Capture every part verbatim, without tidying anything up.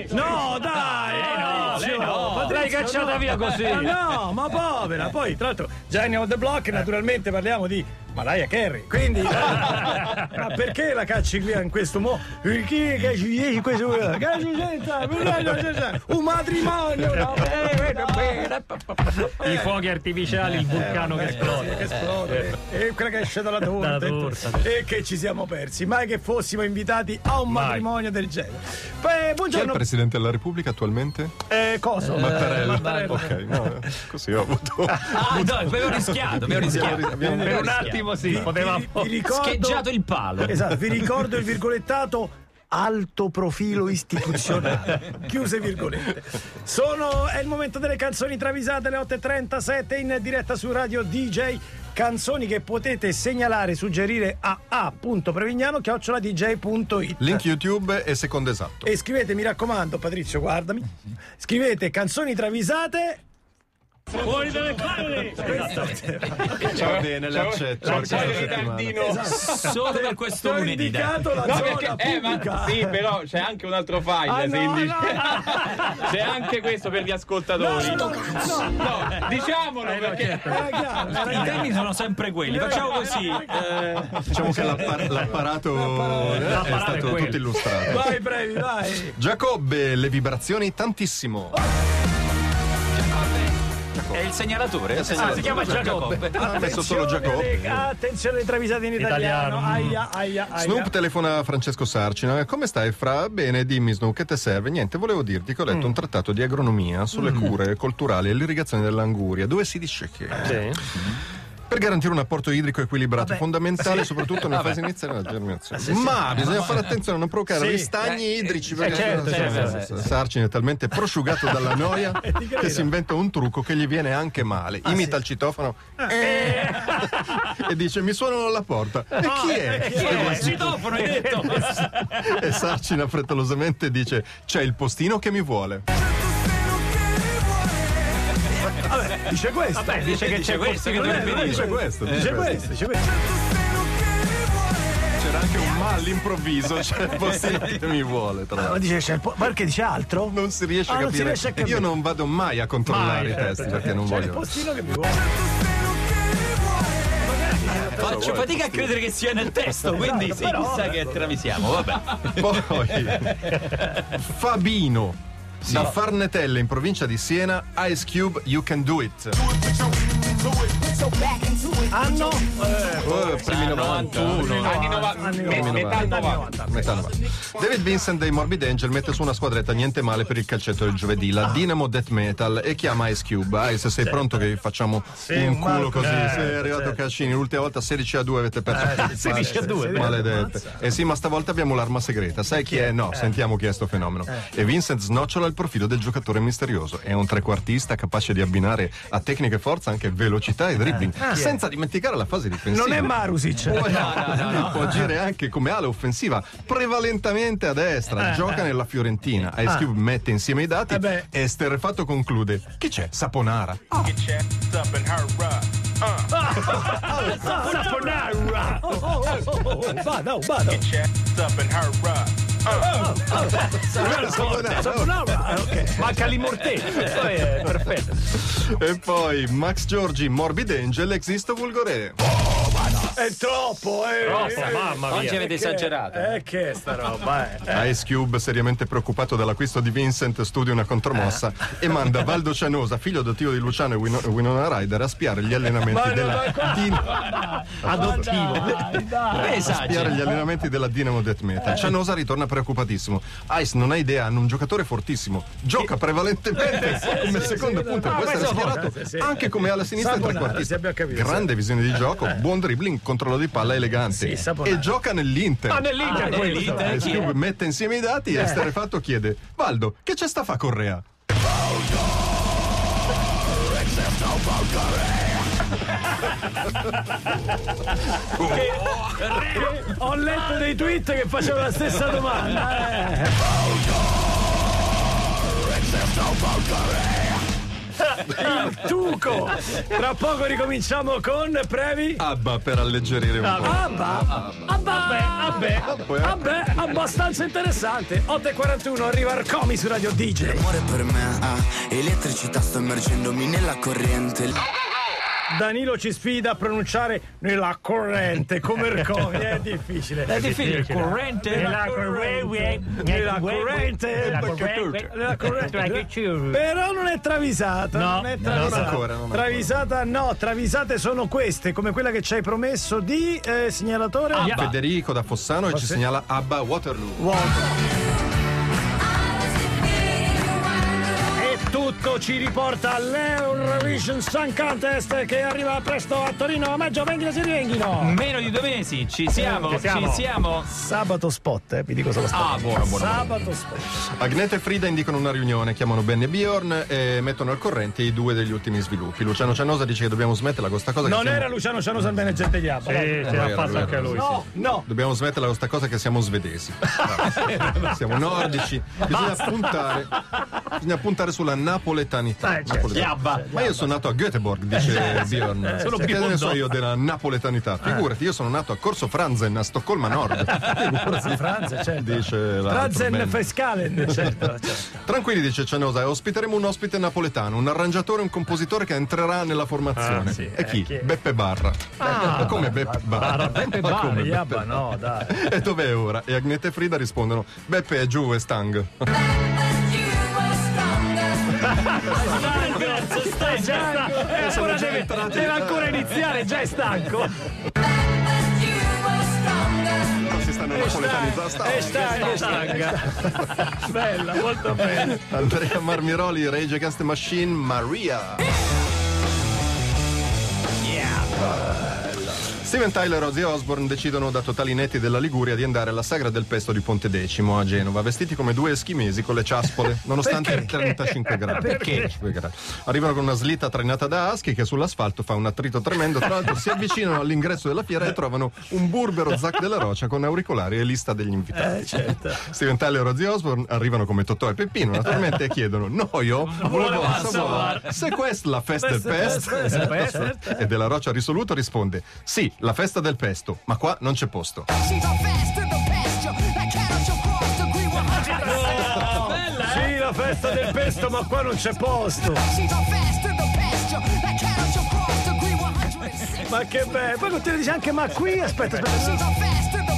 No, dai, Eh, no, lei no. Patrizio, L'hai cacciata no. via così. Ma no, ma povera. Poi, tra l'altro, Gianni on the Block, naturalmente parliamo di Mariah Carey. Quindi, ma perché la cacci qui in questo modo? Perché cacci via in questo modo? Cacci senza, un matrimonio. No, I fuochi artificiali, il vulcano che esplode. Che esplode. E quella che esce dalla torta. Dalla torta. E che ci siamo persi. Mai che fossimo invitati a un Mai. matrimonio del genere. Beh, Chi è il buongiorno. presidente della Repubblica attualmente? Eh, cosa? Mattarella. Mattarella. Ok, no, così ho avuto. Ah, no, avevo rischiato, avevo rischiato. Abbiamo- Per un attimo sì, Vi- poteva. vi- vi ricordo- Scheggiato il palo. Esatto, vi ricordo il virgolettato alto profilo istituzionale. Chiuse virgolette. Sono, è il momento delle canzoni travisate, alle otto e trentasette in diretta su Radio D J. Canzoni che potete segnalare, suggerire a a.prevignano chiocciola d j punto it. Link YouTube e secondo esatto. E scrivete, mi raccomando, Patrizio, guardami. Scrivete canzoni travisate. Fuori dalle palle! Va bene, le accetto. C'è un questa po' di settimana. ritardino. Solo per questo Ti ho lunedì. dai. indicato la No, zona perché, eh, pubblica. ma, sì, però c'è anche un altro file, Ah, se no, indici- no, c'è anche questo per gli ascoltatori. No, no, No, diciamolo perché Era chiaro, era I chiaro. temi sono sempre quelli. Facciamo così. eh, Diciamo che l'appar- l'apparato eh, è L'apparato è stato quello. tutto illustrato. Vai, Previ, vai. Giacobbe, le vibrazioni tantissimo. È il segnalatore. Ah, si chiama Giacobbe. Ha messo solo Giacobbe. Attenzione, attenzione, travisate in italiano. Italiano. Aia, aia, aia. Snoop telefona a Francesco Sarcina. Come stai, Fra? Bene, dimmi Snoop, che te serve? Niente, volevo dirti che ho letto un trattato di agronomia sulle cure culturali e l'irrigazione dell'anguria, dove si dice che per garantire un apporto idrico equilibrato è fondamentale, soprattutto nella fase iniziale della germinazione. Ma bisogna fare attenzione a non provocare Sì. ristagni idrici. Perché certo, certo. Sarcina è talmente prosciugato dalla noia che si inventa un trucco che gli viene anche male. Imita il citofono eh, e dice: mi suonano alla porta. E chi è? Chi è? Il citofono, hai detto. E Sarcina frettolosamente dice: c'è il postino che mi vuole. Vabbè, dice questo. Vabbè, dice che c'è questo che Non è- dovrebbe non è- Dice questo. Dice questo, dice questo. C'era anche un ma all'improvviso, c'è il postino che mi vuole. Tra Ma l'altro. dice, c'è il po- perché dice altro? Non si riesce Ah, a non si capire. riesce a capire. Io non vado mai a controllare Mai, i testi certo, perché non C'è il voglio. postino che mi vuole. Faccio fatica a credere che sia nel testo, quindi sì, però- chissà che travisiamo. Vabbè. Poi Fabino da Farnetelle in provincia di Siena. Ice Cube, You Can Do It. Anno? Oh, primi novanta. anni nova- Anni me- novanta. metà Anni novanta. novanta. Metà novanta. David Vincent dei Morbid Angel mette su una squadretta niente male per il calcetto del giovedì, la Dynamo Death Metal, e chiama Ice Cube. Ice, sei pronto che vi facciamo un un culo Marco, così? certo, Sei arrivato certo. Caccini, l'ultima volta sedici a due avete perso. sedici a due. Maledette. Eh sì, ma stavolta abbiamo l'arma segreta. Sai chi è? No, sentiamo chi è sto fenomeno. E Vincent snocciola il profilo del giocatore misterioso. È un trequartista capace di abbinare a tecnica e forza anche velocità e dribbling, senza dimenticare la fase difensiva. Non è Marusic. Può, può agire anche come ala offensiva, prevalentemente a destra. Gioca nella Fiorentina. Ice Cube mette insieme i dati Eh beh. e esterrefatto conclude: chi c'è? Saponara. Saponara. Oh, oh, oh, oh, oh. Vada, oh, vada. Saponara. Saponara. Ah, ok. Manca l'immortale. È perfetto. E poi Max Giorgi, Morbid Angel, Existo Vulgore. È troppo, eh. Troppo, mamma mia. Oggi avete esagerato. Eh, che è sta roba, eh. Ice Cube, seriamente preoccupato dall'acquisto di Vincent, studia una contromossa e manda Valdo Cianosa, figlio adottivo di Luciano e Wino- Winona Ryder, a spiare gli allenamenti Ma no, della ma qua- Din- Adottivo. Dai, dai. Beh, a spiare gli esageri. allenamenti della Dynamo Death Metal. Cianosa ritorna preoccupatissimo. Ice non ha idea, hanno un giocatore fortissimo, gioca prevalentemente come secondo punto, può essere schierato sì, sì. anche come alla sinistra e Saponara, trequartista. sì, abbiamo capito, Grande visione di gioco, buon dribbling, controllo di palla elegante, Sì, Saponara. e gioca nell'Inter. Ah, nell'Inter Ah, quello. nell'Inter. Ice chi è? Cube mette insieme i dati e esterrefatto chiede: Valdo, che c'è sta fa Correa? Ho letto dei tweet che facevano la stessa domanda. Eh. il Tuco. Tra poco ricominciamo con Previ. Abba per alleggerire un po'. Abba, Abba, vabbè, vabbè, abbastanza interessante. otto e quarantuno arriva Arcomi su Radio D J. L'amore per me, ah, elettricità sta immergendomi nella corrente. Danilo ci sfida a pronunciare nella corrente come Arcomi, è difficile. È difficile, corrente. Nella corrente, nella corrente, nella corrente. Però non è travisata, No, non è no, travisata. non ancora, non Travisata no, travisate sono queste, come quella che ci hai promesso di eh, segnalatore. Federico da Fossano e ci segnala Abba Waterloo. E tutto ci riporta all'Eurovision Song Contest che arriva presto a Torino a maggio. Venghino si rivenghino. Meno di due mesi, ci siamo, Ci siamo. ci siamo. Sabato spot, eh, vi dico solo sta. Ah, buono, buono. Sabato spot. Agnete e Frida indicano una riunione, chiamano Ben e Bjorn e mettono al corrente i due degli ultimi sviluppi. Luciano Cianosa dice che dobbiamo smetterla con questa cosa. Non che siamo... era Luciano Cianosa bene gente di Abba. Sì, ce l'ha vero, fatto vero. anche lui. No, no. Dobbiamo smetterla con questa cosa che siamo svedesi. No. Siamo nordici. Bisogna puntare, bisogna puntare sulla napoletanità. Eh, certo. Napoletanità. Ma io sono nato a Göteborg, dice Bjorn. Sono Che ne biondo. so io della napoletanità? Figurati, io sono nato a Corso Franzen a Stoccolma Nord. Figurati. Franza, certo. Dice l'altro Franzen band. Fescalen, certo, certo. Tranquilli, dice Cianosa, ospiteremo un ospite napoletano, un arrangiatore e un compositore che entrerà nella formazione. Ah, sì. E chi? Eh, chi è? Beppe Barra. Ma come Beppe Barra? Beppe Ma Barra, come Gli Beppe Abba, no, dai. E dov'è ora? E Agnete e Frida rispondono: Beppe è giù e stang. Stai già, eh, ancora deve, deve ancora iniziare, già è stanco. Si stanno napoletanizzando. E sta, e sta. Bella, molto bella. Andrea Marmiroli, Rage Against the Machine, Maria. Steven Tyler e Ozzy Osbourne decidono da Totalinetti della Liguria di andare alla Sagra del Pesto di Pontedecimo a Genova, vestiti come due eschimesi con le ciaspole, nonostante i trentacinque gradi. Perché? Arrivano con una slitta trainata da Husky che sull'asfalto fa un attrito tremendo. Tra l'altro si avvicinano all'ingresso della fiera e trovano un burbero Zac della Rocha con auricolari e lista degli invitati. Eh, certo. Steven Tyler e Ozzy Osbourne arrivano come Totò e Peppino, naturalmente, e chiedono: no, io volevo sapere se questa è la festa del pesto. E Della Rocha risoluto risponde: sì, la festa del pesto, ma qua non c'è posto. Sì, la festa del pesto, ma qua non c'è posto. Ma che bello. Poi continua a dire anche ma qui, aspetta, aspetta.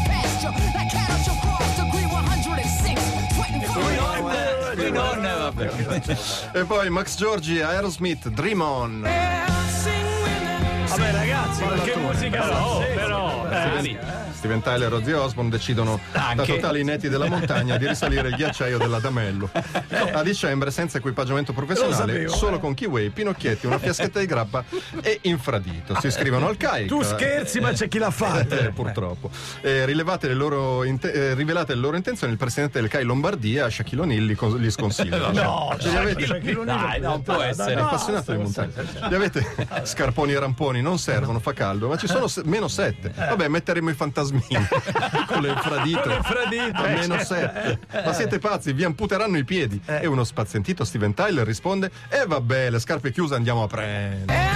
Qui non, vabbè. E poi Max Giorgi, Aerosmith, Dream On. Vabbè ragazzi, ma che musica Però, sì. però, eh, Bravi. Steven Tyler e Ozzy Osbourne decidono da Anche. totali inetti della montagna di risalire il ghiacciaio dell'Adamello. A dicembre, senza equipaggiamento professionale, sapevo, solo eh. con Kiwi, Pinocchietti, una fiaschetta di grappa e infradito. Si iscrivono al C A I C. Tu scherzi, ma c'è chi l'ha fatto. Eh, purtroppo. Eh, rilevate le loro inte- eh, rivelate le loro intenzioni, il presidente del C A I Lombardia, Shaquille O'Neal, li, con- li sconsiglia. No, Ce li avete? Shaquille O'Neal. Dai, non può essere. È appassionato di montagna. Gli avete scarponi e ramponi, non servono, fa caldo, ma ci sono se- meno sette. Vabbè, metteremo i fantasmini con le infradito. Con le infradito, A eh, meno sette. Ma siete pazzi, vi amputeranno i piedi. E uno spazientito Steven Tyler risponde: e vabbè, le scarpe chiuse andiamo a prendere.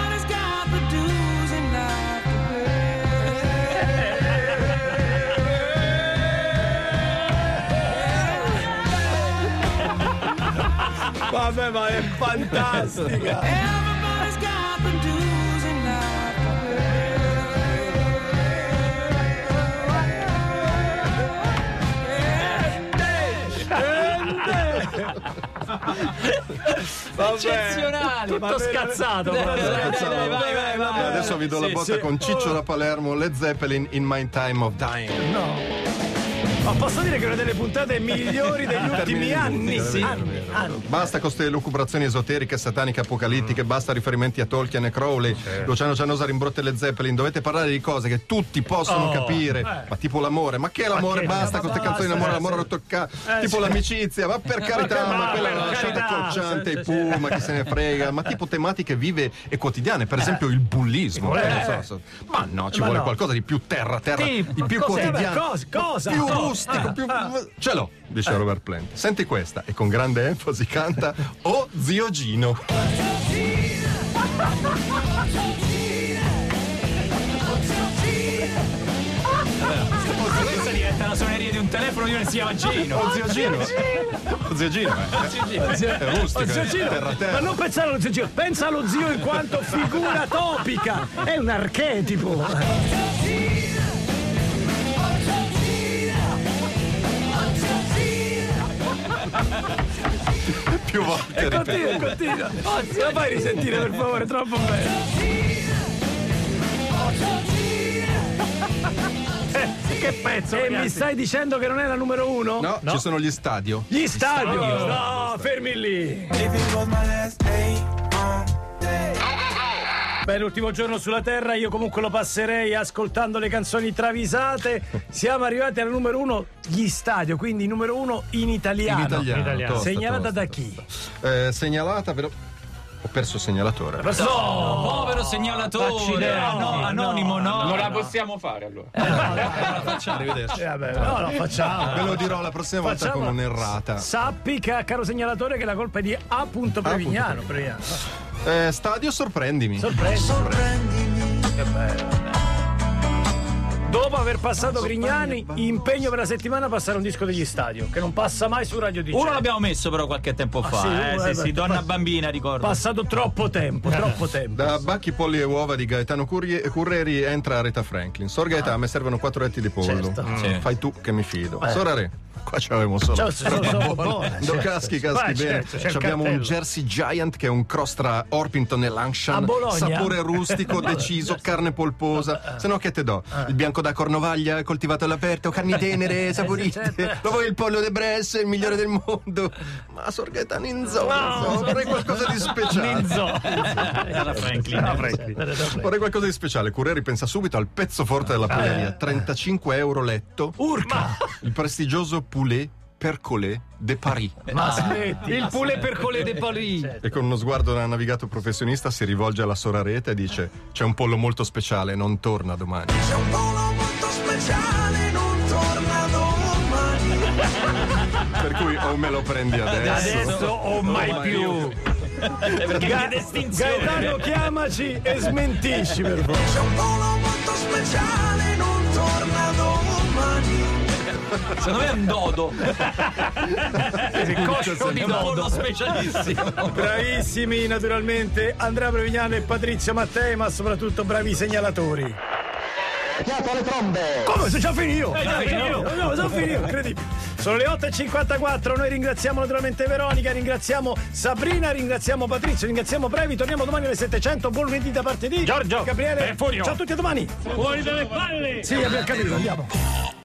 Vabbè, ma è fantastica. Eccezionale. tutto scazzato. Dai, proprio. dai, dai, dai, vai, vai, vai. Adesso vi do la Sì, botta sì. con Ciccio da Palermo, Led Zeppelin, In My Time of Dying. Ma posso dire che è una delle puntate migliori degli ultimi termini anni? giusti, Sì. vero, Anni, vero, anni. Basta con queste lucubrazioni esoteriche, sataniche, apocalittiche, basta riferimenti a Tolkien e Crowley. Luciano Cianosa rimbrotte le Zeppelin. Dovete parlare di cose che tutti possono Oh, capire. eh. Ma tipo l'amore, ma che l'amore? che- Basta ma con queste basta, canzoni d'amore, eh, l'amore sì. rotto il ca- Eh, tipo sì. l'amicizia, ma per carità, ma ma quella per la lasciate carità, accorciante, sì, i sì, Pooh, ma chi se ne frega, ma tipo tematiche vive e quotidiane, per esempio il bullismo. Eh. non so, so- Ma no, ci Ma vuole no. qualcosa di più terra terra, Tipo, di più cos'è? quotidiano. Cosa? Cosa? Più Oh, rustico, rustico, più... Ce l'ho, dice Robert Plant. Senti questa, e con grande enfasi canta Oh zio Gino. Questa diventa la suoneria di un telefono di un si chiama Gino. Oh zio Gino. Oh zio Gino. eh. È rustico, Zio è Gino, terra terra. ma non pensare allo zio Gino, pensa allo zio in quanto figura topica, è un archetipo. Più volte E ripeto. continua, continua. Oh, zio, la fai risentire per favore, troppo bello. Che pezzo, E ragazzi. mi stai dicendo che non è la numero uno? No, ci sono gli stadio. Gli stadio. Stadio. No, fermi lì. Beh, l'ultimo giorno sulla Terra io comunque lo passerei ascoltando le canzoni travisate. Siamo arrivati alla numero uno, gli stadio, quindi numero uno in italiano. In italiano. italiano. tosta, Segnalata tosta, da chi? tosta. Eh, segnalata, però. Ho perso il segnalatore. No, povero segnalatore. Accidenti. No, anonimo, no. Non la possiamo fare allora. Arrivederci. Eh, vabbè, no, lo facciamo. Ve lo dirò la prossima volta Facciamo- con un'errata. Sappi, ca- caro segnalatore, che la colpa è di A. Prevignano. Prevignano. Eh, stadio, sorprendimi. Sorpreso. Che bello. Dopo aver passato Grignani, impegno per la settimana passare un disco degli stadio, che non passa mai su Radio D J. Uno l'abbiamo messo però qualche tempo fa. sì, eh, uno, sì, eh, sì, beh, donna pa- bambina, ricordo. Passato troppo tempo, troppo tempo. Da Bacchi, polli e uova di Gaetano Currie- Curreri entra Aretha Franklin. Sor Gaetà, a me servono quattro retti di pollo. Certo. Sì. Fai tu che mi fido. Sora Re, qua ce l'avevamo solo. Ciao, sono, sono buone, Do certo. caschi, caschi Vai, bene. certo, c'è il Ci abbiamo un cartello. Jersey Giant che è un cross tra Orpington e Langshan. A Bologna? Sapore rustico, deciso, carne polposa. Se no che te do? Il bianco da Cornovaglia coltivato all'aperto, carni tenere, saporite. certo. Lo vuoi il pollo de Bresse, il migliore del mondo. Ma Sor Gaetà Ninzo, vorrei qualcosa di speciale. Era Franklin. Vorrei qualcosa di speciale. Curreri pensa subito al pezzo forte della puleria. trentacinque euro letto. Urca! Il prestigioso poulet percolé de Paris. Ma smetti. Il poulet per colè de Paris. E con uno sguardo da navigato professionista si rivolge alla Sora Rete e dice: c'è un pollo molto speciale, non torna domani. C'è un pollo molto speciale, non torna domani. Per cui o me lo prendi adesso. Adesso o mai più. Perché Ga- è di estinzione. Gaetano, chiamaci e smentisci per favore. C'è un pollo molto speciale, non torna domani. Secondo me è un dodo. Coscio di pollo specialissimo. Bravissimi naturalmente Andrea Prevignano e Patrizio Mattei, ma soprattutto bravi segnalatori. Come? Se già finito? già finito? No, no, sono finito, incredibile. Sono le otto e cinquantaquattro, noi ringraziamo naturalmente Veronica, ringraziamo Sabrina, ringraziamo Patrizio, ringraziamo Previ, torniamo domani alle settecento, buon lunedì da parte di Giorgio Gabriele. e Furio. Ciao a tutti, a domani. Fuori dalle palle. Sì, abbiamo capito, andiamo.